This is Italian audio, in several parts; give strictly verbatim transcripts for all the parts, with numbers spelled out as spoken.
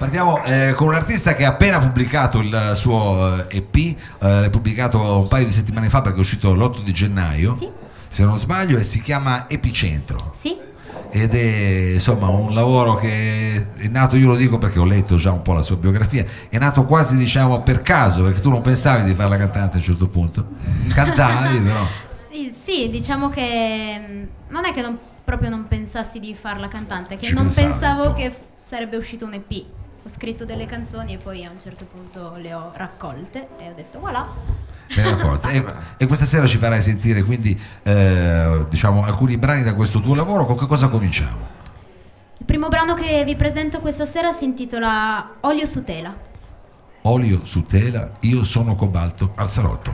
Partiamo eh, con un artista che ha appena pubblicato il suo E P, eh, l'ha pubblicato un paio di settimane fa perché è uscito l'otto di gennaio, sì, se non sbaglio, e si chiama Epicentro. Sì. Ed è insomma un lavoro che è nato, io lo dico perché ho letto già un po' la sua biografia, è nato quasi diciamo per caso, perché tu non pensavi di fare la cantante a un certo punto, cantavi però. Sì, sì, diciamo che non è che non, proprio non pensassi di farla cantante, che Ci non pensavi pensavo un po'. che f- sarebbe uscito un E P. Ho scritto delle canzoni e poi a un certo punto le ho raccolte e ho detto voilà. Ben d'accordo. E, e questa sera ci farai sentire quindi eh, diciamo alcuni brani da questo tuo lavoro. Con che cosa cominciamo? Il primo brano che vi presento questa sera si intitola Olio su tela. Olio su tela, io sono cobalto al salotto.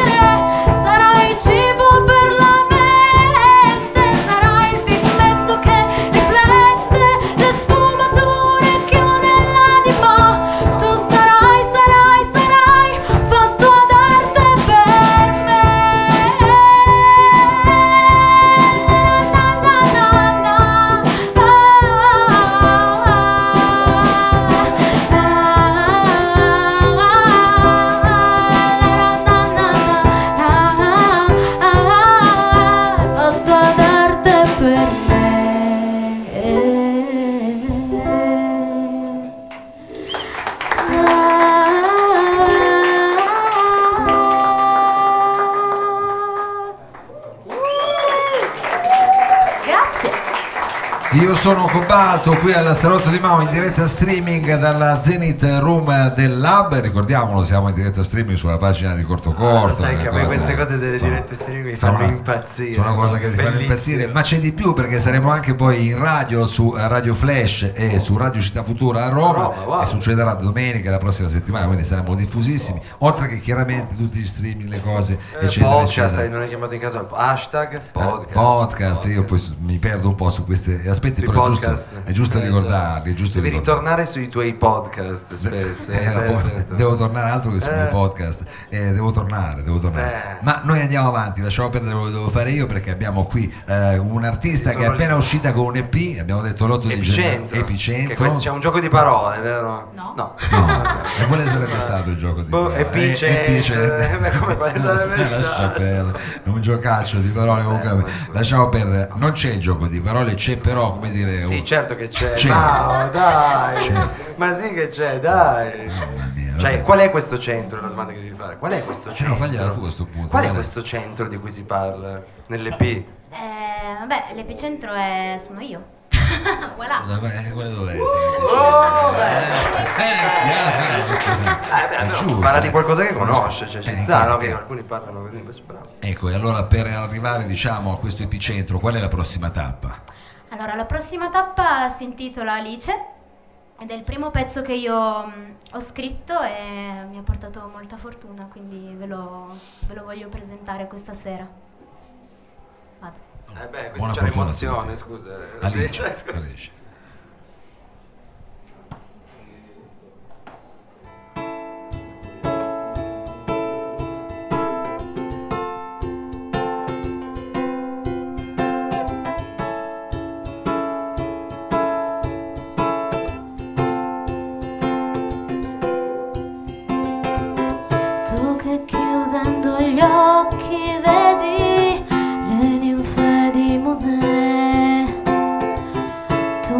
Cibo per la mente, sarai il pigmento che Io sono Cobalto qui al Salotto di Mao in diretta streaming dalla Zenith Room del Lab, ricordiamolo, siamo in diretta streaming sulla pagina di Corto Corto. Ah, sai che a me cose, queste cose delle sono, dirette streaming mi fanno una, impazzire. Sono una cosa che ti fanno impazzire, ma c'è di più perché saremo anche poi in radio su Radio Flash e su Radio Città Futura a Roma, Roma, wow. E succederà domenica la prossima settimana, quindi saremo diffusissimi, oltre che chiaramente tutti gli streaming, le cose, eh, eccetera, podcast, eccetera. non è chiamato in caso hashtag podcast. Podcast, io poi mi perdo un po' su questi aspetti, Sui però è podcast. giusto, è giusto Eh, ricordarli, è giusto Devi ricordarli. ritornare sui tuoi podcast spesso. Eh, eh, devo tornare altro che sui miei Eh. podcast, eh, devo tornare, devo tornare. Eh. Ma noi andiamo avanti, lasciamo perdere quello che devo fare io perché abbiamo qui eh, un artista Sono che è appena lì. uscita con un E P, abbiamo detto l'otto di gennaio, Epicentro. Che Epicentro. questo c'è un gioco di parole, vero? No. No. No, e quale sarebbe stato il gioco di Boh, parole? Epicentro. Epicentro. Eh, come quale sarebbe Lascia stato? perdere, è un giocaccio di parole comunque, ma scusa. lasciamo perdere, non c'è il gioco di parole, c'è però, come dire, Sì, un- certo che c'è. C'è. No, dai. C'è. Ma sì che c'è, dai. Mamma mia, Cioè, vabbè. qual è questo centro? È la domanda che devi fare. Qual è questo Eh, centro? no, fagliela tu a questo punto, Qual è dai. questo centro di cui si parla nell'E P? Eh, vabbè, l'epicentro è... sono io. Voilà. Scusa, eh, quello dov'è? Oh, È giusto. parla di qualcosa che conosce, cioè ci Eh, sta, no? che- Che alcuni parlano così, invece bravo. Ecco, e allora per arrivare diciamo a questo epicentro, qual è la prossima tappa? Allora, la prossima tappa si intitola Alice ed è il primo pezzo che io mh, ho scritto e mi ha portato molta fortuna, quindi ve lo, ve lo voglio presentare questa sera. Vado. Eh beh, Buona questa c'è fortuna a l'emozione, tutti. scusa. Alice, Cioè, Alice. Tu che chiudendo gli occhi vedi le ninfe di Monet, tu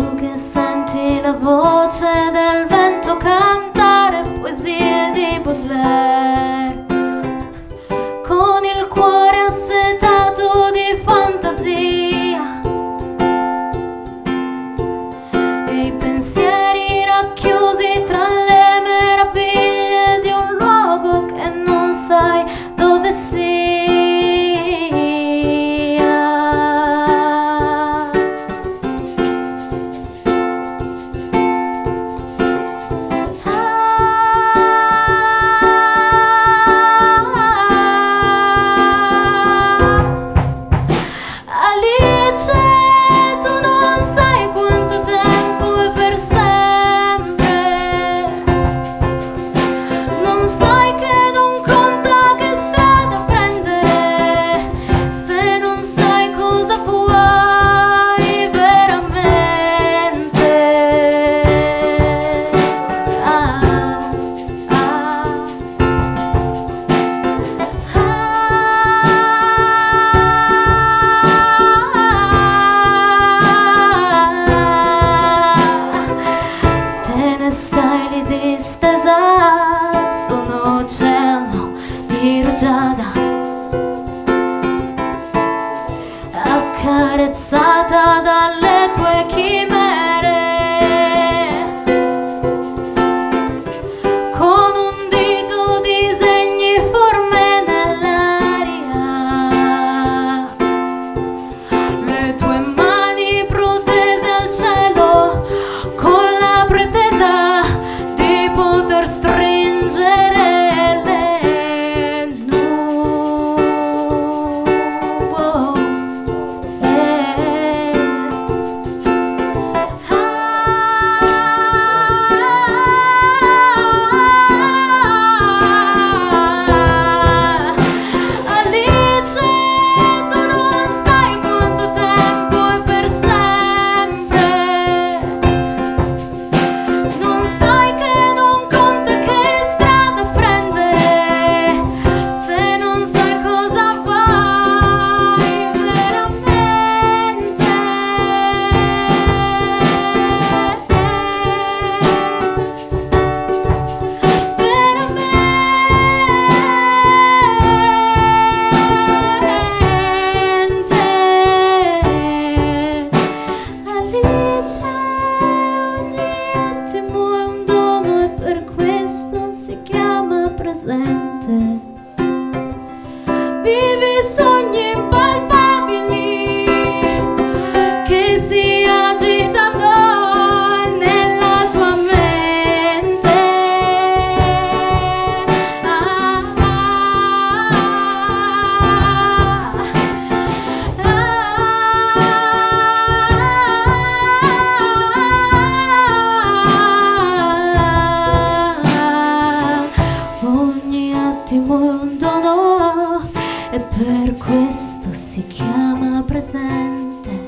questo si chiama presente.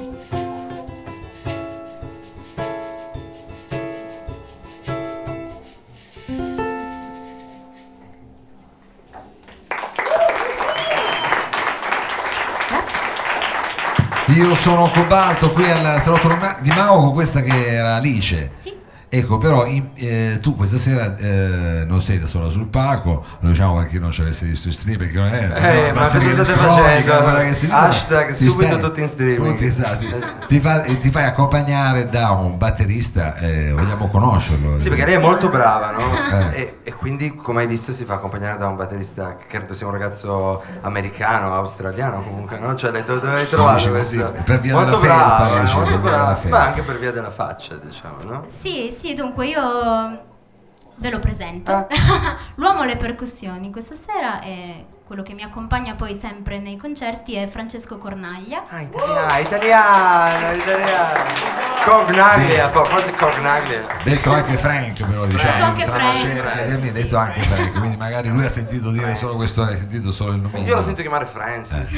Io sono Cobalto qui al salotto di Mao con questa che era Alice. Sì. Ecco, però in- eh, tu questa sera eh, non sei da sola sul palco, lo diciamo perché non ce l'avessi visto in stream, perché non è Eh, ma cosa state facendo? Hashtag subito tutti in streaming. Tutti, esatto. ti, fa- e ti fai accompagnare da un batterista, eh, vogliamo conoscerlo. Sì, perché lei è molto brava, no? Eh. E, e quindi, come hai visto, si fa accompagnare da un batterista che credo sia un ragazzo americano, australiano comunque, no? Cioè, le- dove hai trovato Dici questo? così, per via molto della felpa, bravo, eh, dici, molto per via della bravo. felpa. Ma anche per via della faccia, diciamo, no? Sì, sì, dunque io ve lo presento. Ah. L'uomo alle percussioni questa sera è quello che mi accompagna poi sempre nei concerti, è Francesco Cornaglia. Ah, italiano, italiano, italiano. Cornaglia, forse Cornaglia. Detto anche Frank, però diciamo. Detto anche tra Frank. la cerca, mi ha detto anche Frank, quindi magari lui ha sentito dire solo questo, hai sentito solo il nome. Io lo sento chiamare Francis.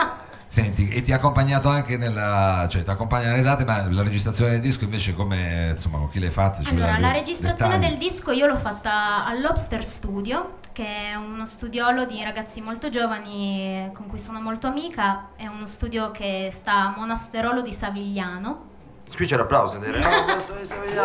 Senti, e ti ha accompagnato anche nella, cioè ti accompagna nelle date, ma la registrazione del disco invece come, insomma, con chi l'hai fatta? Ci Allora, vuoi la dare registrazione dettagli? del disco io l'ho fatta all'Obster Studio, che è uno studiolo di ragazzi molto giovani con cui sono molto amica. È uno studio che sta a Monasterolo di Savigliano. Qui c'è l'applauso, dire, "Oh, questo è Savigliano."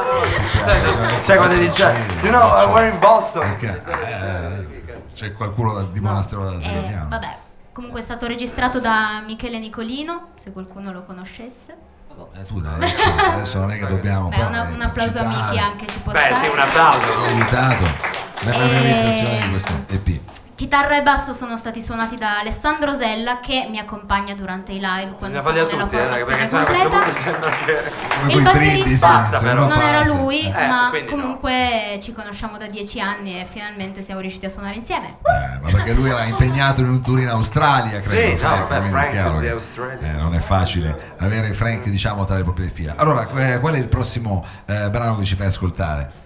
Sai, sai quando dice, you know, I were in Boston. Perché, eh, c'è qualcuno di Monastero da Eh, Savigliano. vabbè, comunque è stato registrato da Michele Nicolino, se qualcuno lo conoscesse. Eh, tu dai, adesso non è che dobbiamo Beh, qua, una- eh, un applauso a citare. Miki anche ci può Beh, stare. sì, un applauso. Mi ha aiutato nella Eh, realizzazione di questo E P. Chitarra e basso sono stati suonati da Alessandro Sella, che mi accompagna durante i live quando Bisogna sono farli a nella tutti, eh, perché formazione sennò a questo punto completa. sembra che... Come Il quei brindisi, batterista Basta, sembra però. non era parte. lui, Eh, ma quindi no. comunque ci conosciamo da dieci anni e finalmente siamo riusciti a suonare insieme. Eh, ma perché lui era impegnato in un tour in Australia, credo. Sì, no, Frank, vabbè, quindi Frank è chiaro di che, Australia. eh, non è facile avere Frank, diciamo, tra le proprie fila. Allora, eh, qual è il prossimo eh, brano che ci fai ascoltare?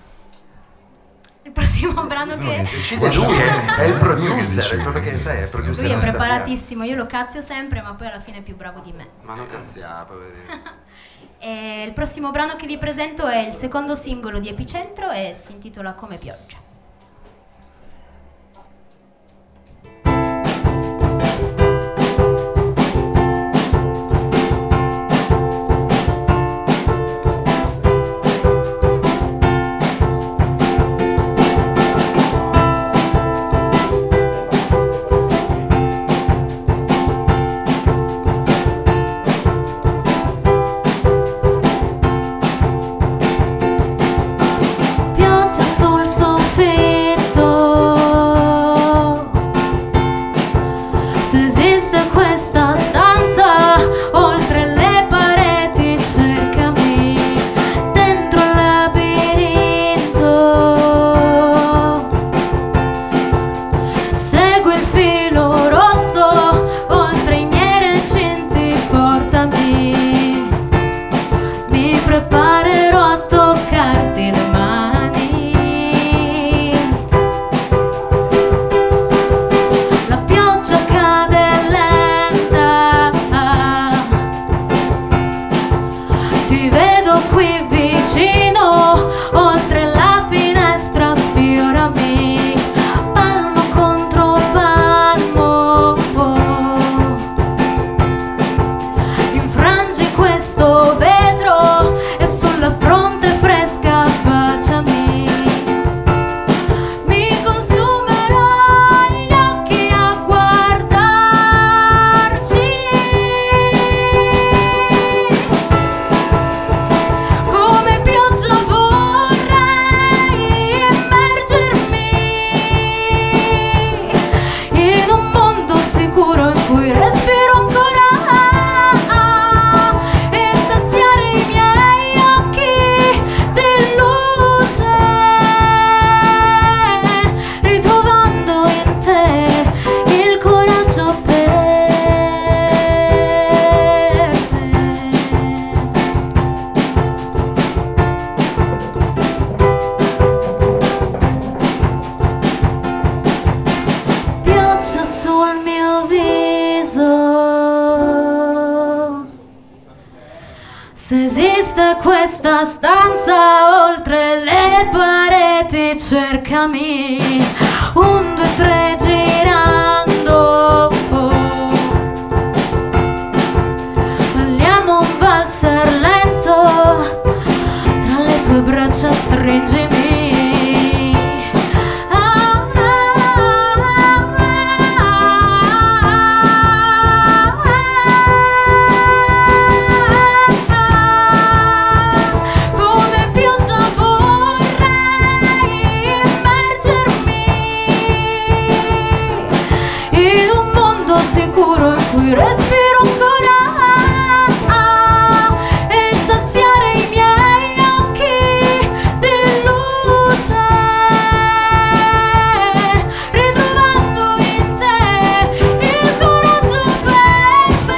Il prossimo brano Quello che... che- Decide lui, è, è il Lui che producer, decide. è proprio che sai, è il producer. Lui è non sta preparatissimo, io lo cazzo sempre, ma poi alla fine è più bravo di me. via. Ma non cazziamo, poverino. E il prossimo brano che vi presento è il secondo singolo di Epicentro e si intitola Come pioggia. Pioggia sul soffietto Se esiste questa stanza oltre le pareti, cercami. Un, due, tre, girando. Balliamo un valzer lento, tra le tue braccia stringimi. Respiro ancora e saziare i miei occhi di luce, ritrovando in te il coraggio baby.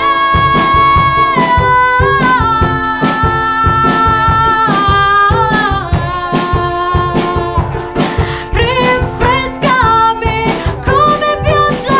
Rinfrescami come pioggia.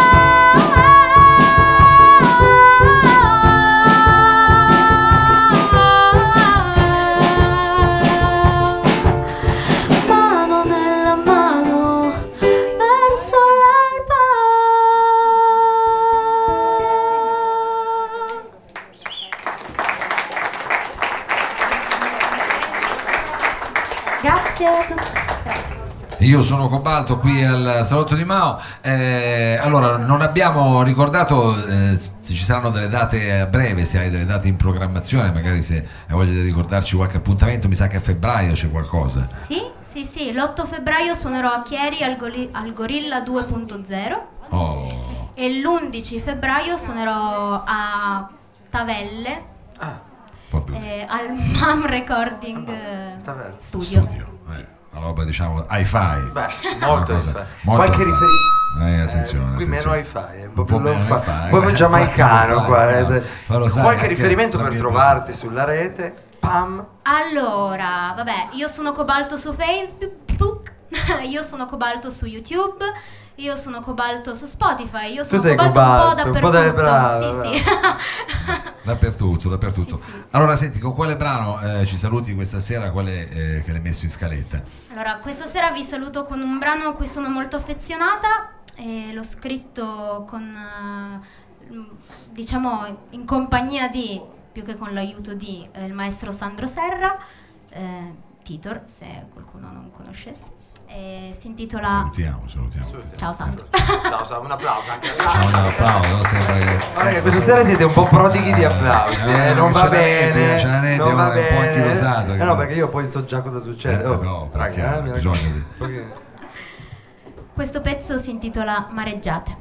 Grazie a tutti. Grazie. Io sono Cobalto qui al Salotto di Mao. Eh, allora, non abbiamo ricordato eh, se ci saranno delle date a breve, se hai delle date in programmazione, magari se hai voglia di ricordarci qualche appuntamento. Mi sa che a febbraio c'è qualcosa. Sì, sì, sì. L'otto febbraio suonerò a Chieri al, Goli- al Gorilla due punto zero. Oh. E l'undici febbraio suonerò a Tavelle. Ah. Eh, al Mam Recording eh, Studio. Studio. Eh, una roba diciamo hi-fi. Beh, molto cosa, hi-fi. molto Qualche hi-fi. riferimento. Eh, attenzione, eh, qui attenzione. meno hi-fi, è un po' più Un po' low meno fi, hi-fi, un po' più eh, giamaicano qualche qua. hi-fi, eh, no. se- Ma lo sai, qualche anche riferimento per l'ambiente trovarti sulla rete? Pam. Allora, vabbè, io sono Cobalto su Facebook, io sono Cobalto su YouTube, io sono Cobalto su Spotify, io sono sei Cobalto, Cobalto, un un po' po' dappertutto. da- sì, sì. Dappertutto, dappertutto. Sì, sì. Allora, senti, con quale brano eh, ci saluti questa sera? Quale eh, che l'hai messo in scaletta? Allora, questa sera vi saluto con un brano a cui sono molto affezionata e l'ho scritto con, eh, diciamo, in compagnia di, più che con l'aiuto di, eh, il maestro Sandro Serra, eh, Titor, se qualcuno non conoscesse. E si intitola... Salutiamo, salutiamo. Ciao Sandro. Applauso, un applauso anche a Ciao, Sandro. un applauso, sembra che... Guarda che questa sera siete un po' prodighi di applausi, Eh, eh, non che va c'è la nebbia, bene, c'è la nebbia, non va ma è un po' bene. anchilosato, Eh, che no, va. perché io poi so già cosa succede. Eh, Oh, no, raga, perché eh, mi bisogna raccomando. di- Perché- Questo pezzo si intitola Mareggiate.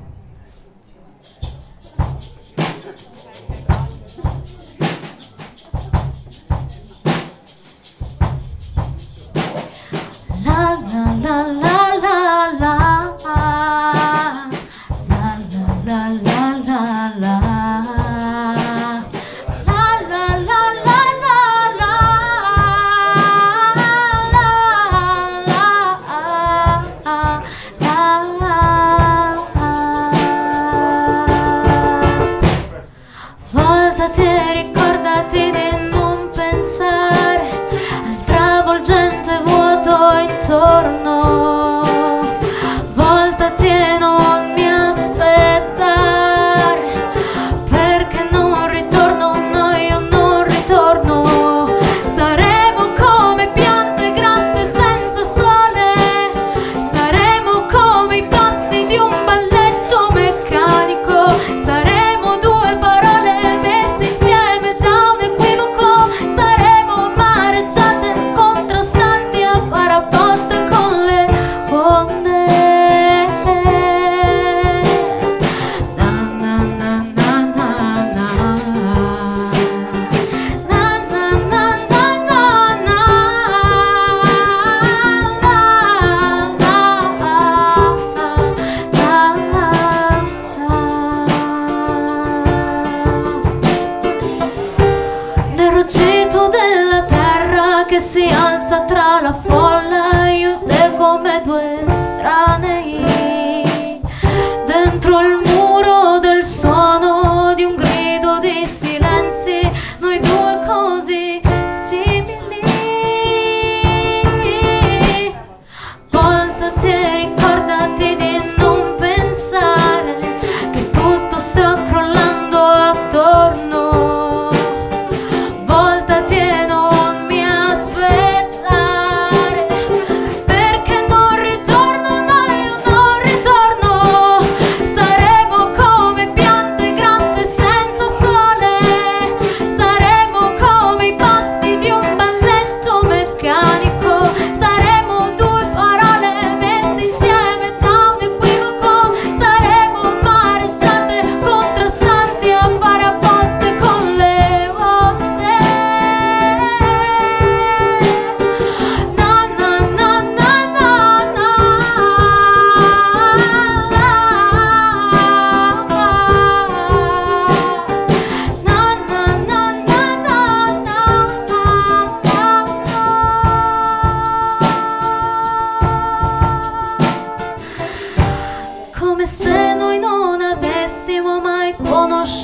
La la la la la la la la la la la la Voltati e ricordati di non pensare al travolgente vuoto intorno. Voltati e non mi aspettare, perché non ritorno, no io non ritorno. Saremo come piante grasse senza sole, saremo come i passi di un balletto meccanico, saremo due parole messe insieme da un equivoco, saremo mareggiate contrastanti a fare a botte con le onde. Na na na na na na. Na na na na na na. Nel ruggito della terra che si alza tra la folla, io e te come due estranei, dentro il muro del suono di un grido di silenzi, noi due così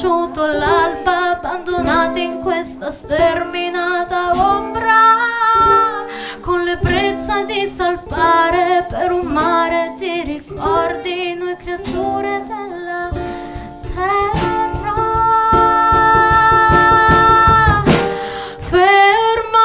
vissuto all'alba, abbandonati in questa sterminata ombra, con l'ebbrezza di salpare per un mare di ricordi, noi creature della terra. Ferma,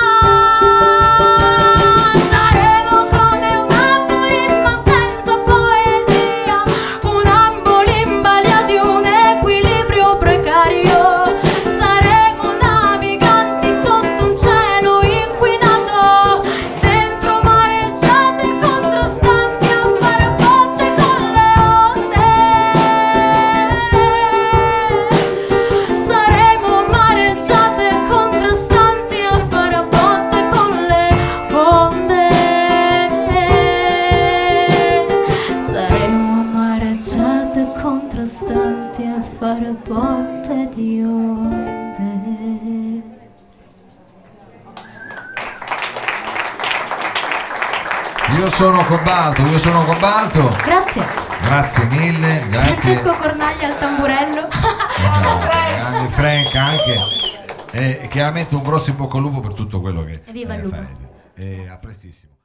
saremo come un aforisma senza poesia, funamboli in balia di un equilibrio precario. Saremo naviganti sotto un cielo inquinato, dentro mareggiate contrastanti a fare botte con le onde. Saremo mareggiate contrastanti a fare botte con le onde. Saremo mareggiate contrastanti a fare botte di onde. Io sono Cobalto, io sono Cobalto. Grazie. Grazie mille, grazie. Francesco Cornaglia al tamburello. Esatto, grande Frank anche. E chiaramente un grosso in bocca al lupo per tutto quello che Evviva il eh, lupo. farete. E a prestissimo.